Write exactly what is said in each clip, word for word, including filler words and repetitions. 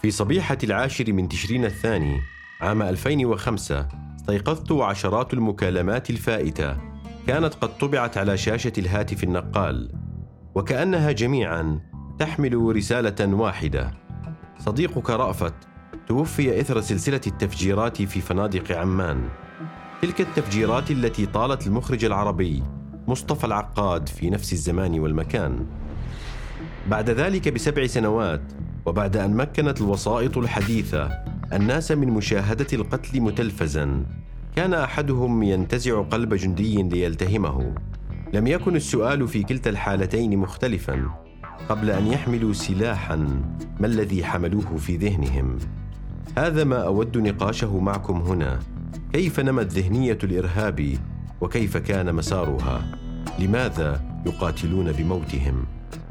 في صبيحة العاشر من تشرين الثاني عام ألفين وخمسة استيقظت وعشرات المكالمات الفائتة كانت قد طبعت على شاشة الهاتف النقال، وكأنها جميعا تحمل رسالة واحدة: صديقك رأفت توفي إثر سلسلة التفجيرات في فنادق عمان. تلك التفجيرات التي طالت المخرج العربي مصطفى العقاد في نفس الزمان والمكان. بعد ذلك بسبع سنوات، وبعد أن مكنت الوسائط الحديثة الناس من مشاهدة القتل متلفزا، كان أحدهم ينتزع قلب جندي ليلتهمه. لم يكن السؤال في كلتا الحالتين مختلفا. قبل أن يحملوا سلاحا، ما الذي حملوه في ذهنهم؟ هذا ما أود نقاشه معكم هنا. كيف نمت ذهنية الإرهاب؟ وكيف كان مسارها؟ لماذا يقاتلون بموتهم؟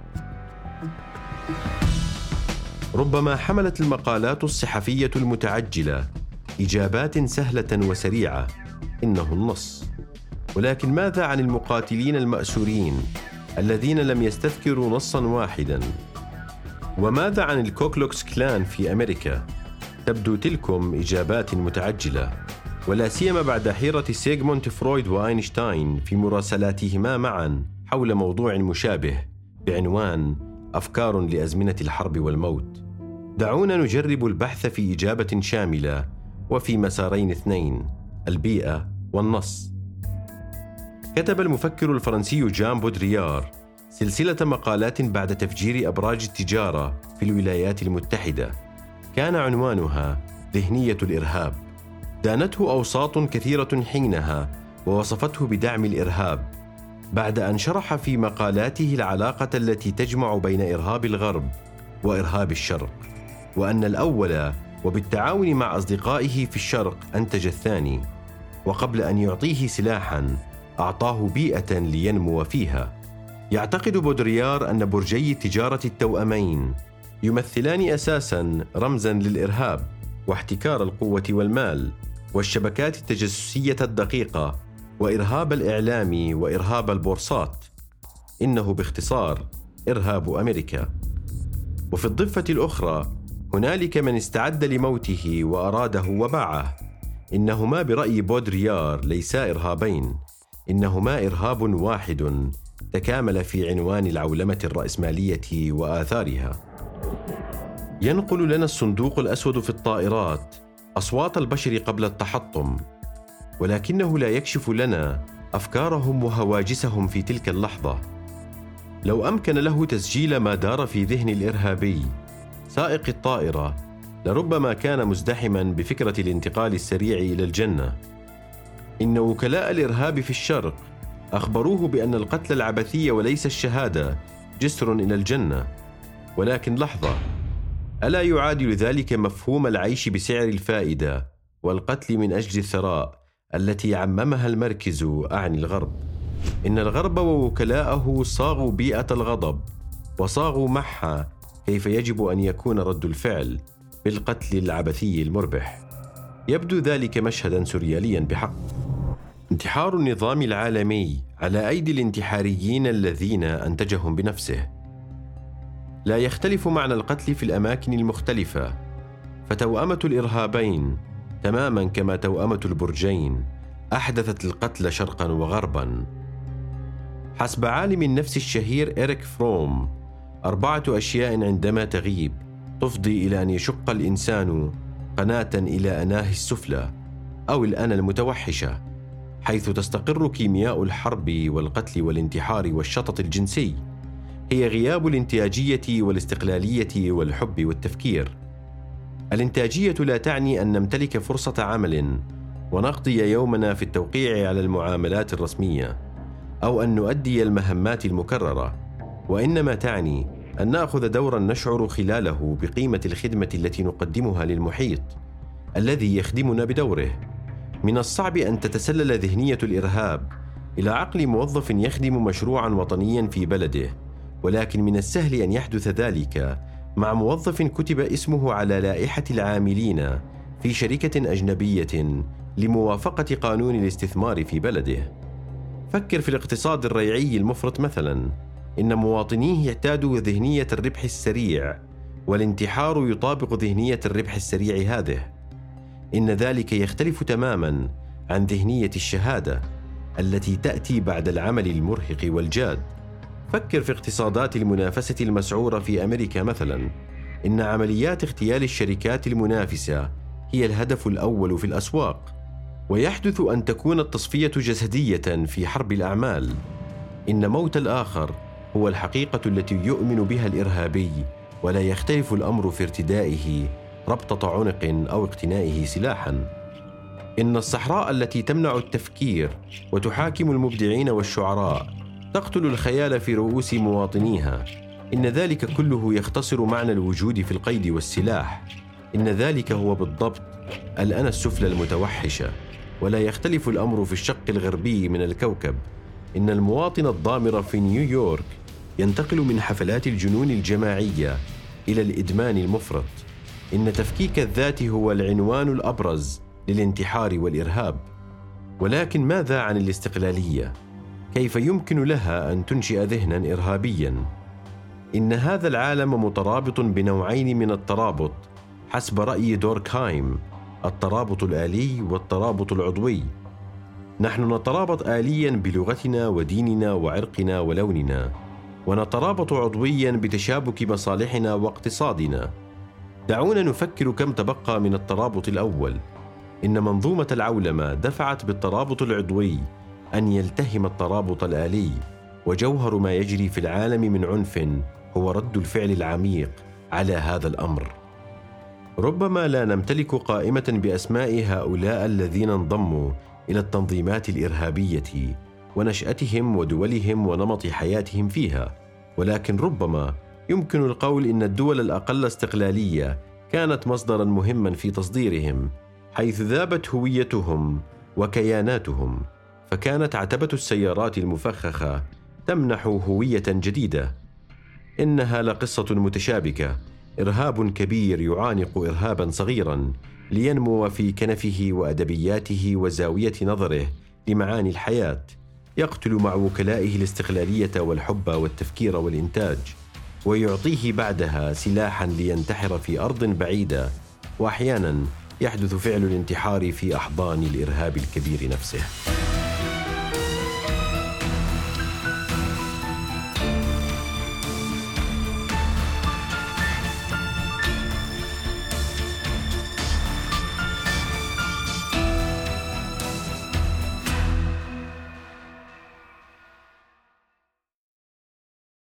ربما حملت المقالات الصحفية المتعجلة إجابات سهلة وسريعة: إنه النص. ولكن ماذا عن المقاتلين المأسورين الذين لم يستذكروا نصاً واحداً؟ وماذا عن الكوكلوكس كلان في أمريكا؟ تبدو تلكم إجابات متعجلة، ولا سيما بعد حيرة سيغموند فرويد وأينشتاين في مراسلاتهما معاً حول موضوع مشابه بعنوان أفكار لأزمنة الحرب والموت. دعونا نجرب البحث في إجابة شاملة وفي مسارين اثنين: البيئة والنص. كتب المفكر الفرنسي جان بودريار سلسلة مقالات بعد تفجير أبراج التجارة في الولايات المتحدة، كان عنوانها ذهنية الإرهاب. دانته أوساط كثيرة حينها ووصفته بدعم الإرهاب، بعد أن شرح في مقالاته العلاقة التي تجمع بين إرهاب الغرب وإرهاب الشرق، وأن الأول وبالتعاون مع أصدقائه في الشرق أنتج الثاني، وقبل أن يعطيه سلاحاً أعطاه بيئة لينمو فيها. يعتقد بودريار أن برجي التجارة التوأمين يمثلان أساساً رمزاً للإرهاب واحتكار القوة والمال والشبكات التجسسية الدقيقة وإرهاب الإعلام وإرهاب البورصات. إنه باختصار إرهاب أمريكا. وفي الضفة الأخرى هنالك من استعد لموته وأراده وباعه. إنهما برأي بودريار ليسا إرهابين، إنهما إرهاب واحد تكامل في عنوان العولمة الرأسمالية وآثارها. ينقل لنا الصندوق الأسود في الطائرات أصوات البشر قبل التحطم، ولكنه لا يكشف لنا أفكارهم وهواجسهم في تلك اللحظة. لو أمكن له تسجيل ما دار في ذهن الإرهابي سائق الطائرة، لربما كان مزدحما بفكرة الانتقال السريع إلى الجنة. إن وكلاء الإرهاب في الشرق أخبروه بأن القتل العبثي وليس الشهادة جسر إلى الجنة. ولكن لحظة، ألا يعادل ذلك مفهوم العيش بسعر الفائدة والقتل من أجل الثراء التي عممها المركز أعني الغرب؟ إن الغرب ووكلاءه صاغوا بيئة الغضب وصاغوا معها كيف يجب أن يكون رد الفعل بالقتل العبثي المربح. يبدو ذلك مشهدا سورياليا بحق. انتحار النظام العالمي على أيدي الانتحاريين الذين أنتجهم بنفسه. لا يختلف معنى القتل في الأماكن المختلفة، فتوأمة الإرهابين تماما كما توأمة البرجين أحدثت القتل شرقا وغربا. حسب عالم النفس الشهير إريك فروم، أربعة أشياء عندما تغيب تفضي إلى أن يشق الإنسان قناة إلى أناه السفلى أو الأنا المتوحشة، حيث تستقر كيمياء الحرب والقتل والانتحار والشطط الجنسي. هي غياب الإنتاجية والاستقلالية والحب والتفكير. الإنتاجية لا تعني أن نمتلك فرصة عمل ونقضي يومنا في التوقيع على المعاملات الرسمية أو أن نؤدي المهمات المكررة، وإنما تعني أن نأخذ دورا نشعر خلاله بقيمة الخدمة التي نقدمها للمحيط الذي يخدمنا بدوره. من الصعب أن تتسلل ذهنية الإرهاب إلى عقل موظف يخدم مشروعا وطنيا في بلده، ولكن من السهل أن يحدث ذلك مع موظف كتب اسمه على لائحة العاملين في شركة أجنبية لموافقة قانون الاستثمار في بلده. فكر في الاقتصاد الريعي المفرط مثلا. إن مواطنيه اعتادوا ذهنية الربح السريع والانتحار يطابق ذهنية الربح السريع هذه. إن ذلك يختلف تماماً عن ذهنية الشهادة التي تأتي بعد العمل المرهق والجاد. فكر في اقتصادات المنافسة المسعورة في أمريكا مثلاً. إن عمليات اغتيال الشركات المنافسة هي الهدف الأول في الأسواق، ويحدث أن تكون التصفية جسدية في حرب الأعمال. إن موت الآخر هو الحقيقة التي يؤمن بها الإرهابي، ولا يختلف الأمر في ارتدائه ربطة عنق أو اقتنائه سلاحاً. إن الصحراء التي تمنع التفكير وتحاكم المبدعين والشعراء تقتل الخيال في رؤوس مواطنيها. إن ذلك كله يختصر معنى الوجود في القيد والسلاح. إن ذلك هو بالضبط الأنا السفلى المتوحشة، ولا يختلف الأمر في الشق الغربي من الكوكب. إن المواطن الضامر في نيويورك ينتقل من حفلات الجنون الجماعية إلى الإدمان المفرط. إن تفكيك الذات هو العنوان الأبرز للانتحار والإرهاب. ولكن ماذا عن الاستقلالية؟ كيف يمكن لها أن تنشئ ذهناً إرهابياً؟ إن هذا العالم مترابط بنوعين من الترابط حسب رأي دوركهايم: الترابط الآلي والترابط العضوي. نحن نترابط آلياً بلغتنا وديننا وعرقنا ولوننا، ونترابط عضوياً بتشابك مصالحنا واقتصادنا. دعونا نفكر كم تبقى من الترابط الأول. إن منظومة العولمة دفعت بالترابط العضوي أن يلتهم الترابط الآلي، وجوهر ما يجري في العالم من عنف هو رد الفعل العميق على هذا الأمر. ربما لا نمتلك قائمة بأسماء هؤلاء الذين انضموا إلى التنظيمات الإرهابية ونشأتهم ودولهم ونمط حياتهم فيها، ولكن ربما يمكن القول إن الدول الأقل استقلالية كانت مصدراً مهماً في تصديرهم، حيث ذابت هويتهم وكياناتهم، فكانت عتبة السيارات المفخخة تمنح هوية جديدة. إنها لقصة متشابكة: إرهاب كبير يعانق إرهاباً صغيراً لينمو في كنفه وأدبياته وزاوية نظره لمعاني الحياة، يقتل مع وكلائه الاستقلالية والحب والتفكير والإنتاج، ويعطيه بعدها سلاحاً لينتحر في أرض بعيدة. وأحياناً يحدث فعل الانتحار في أحضان الإرهاب الكبير نفسه.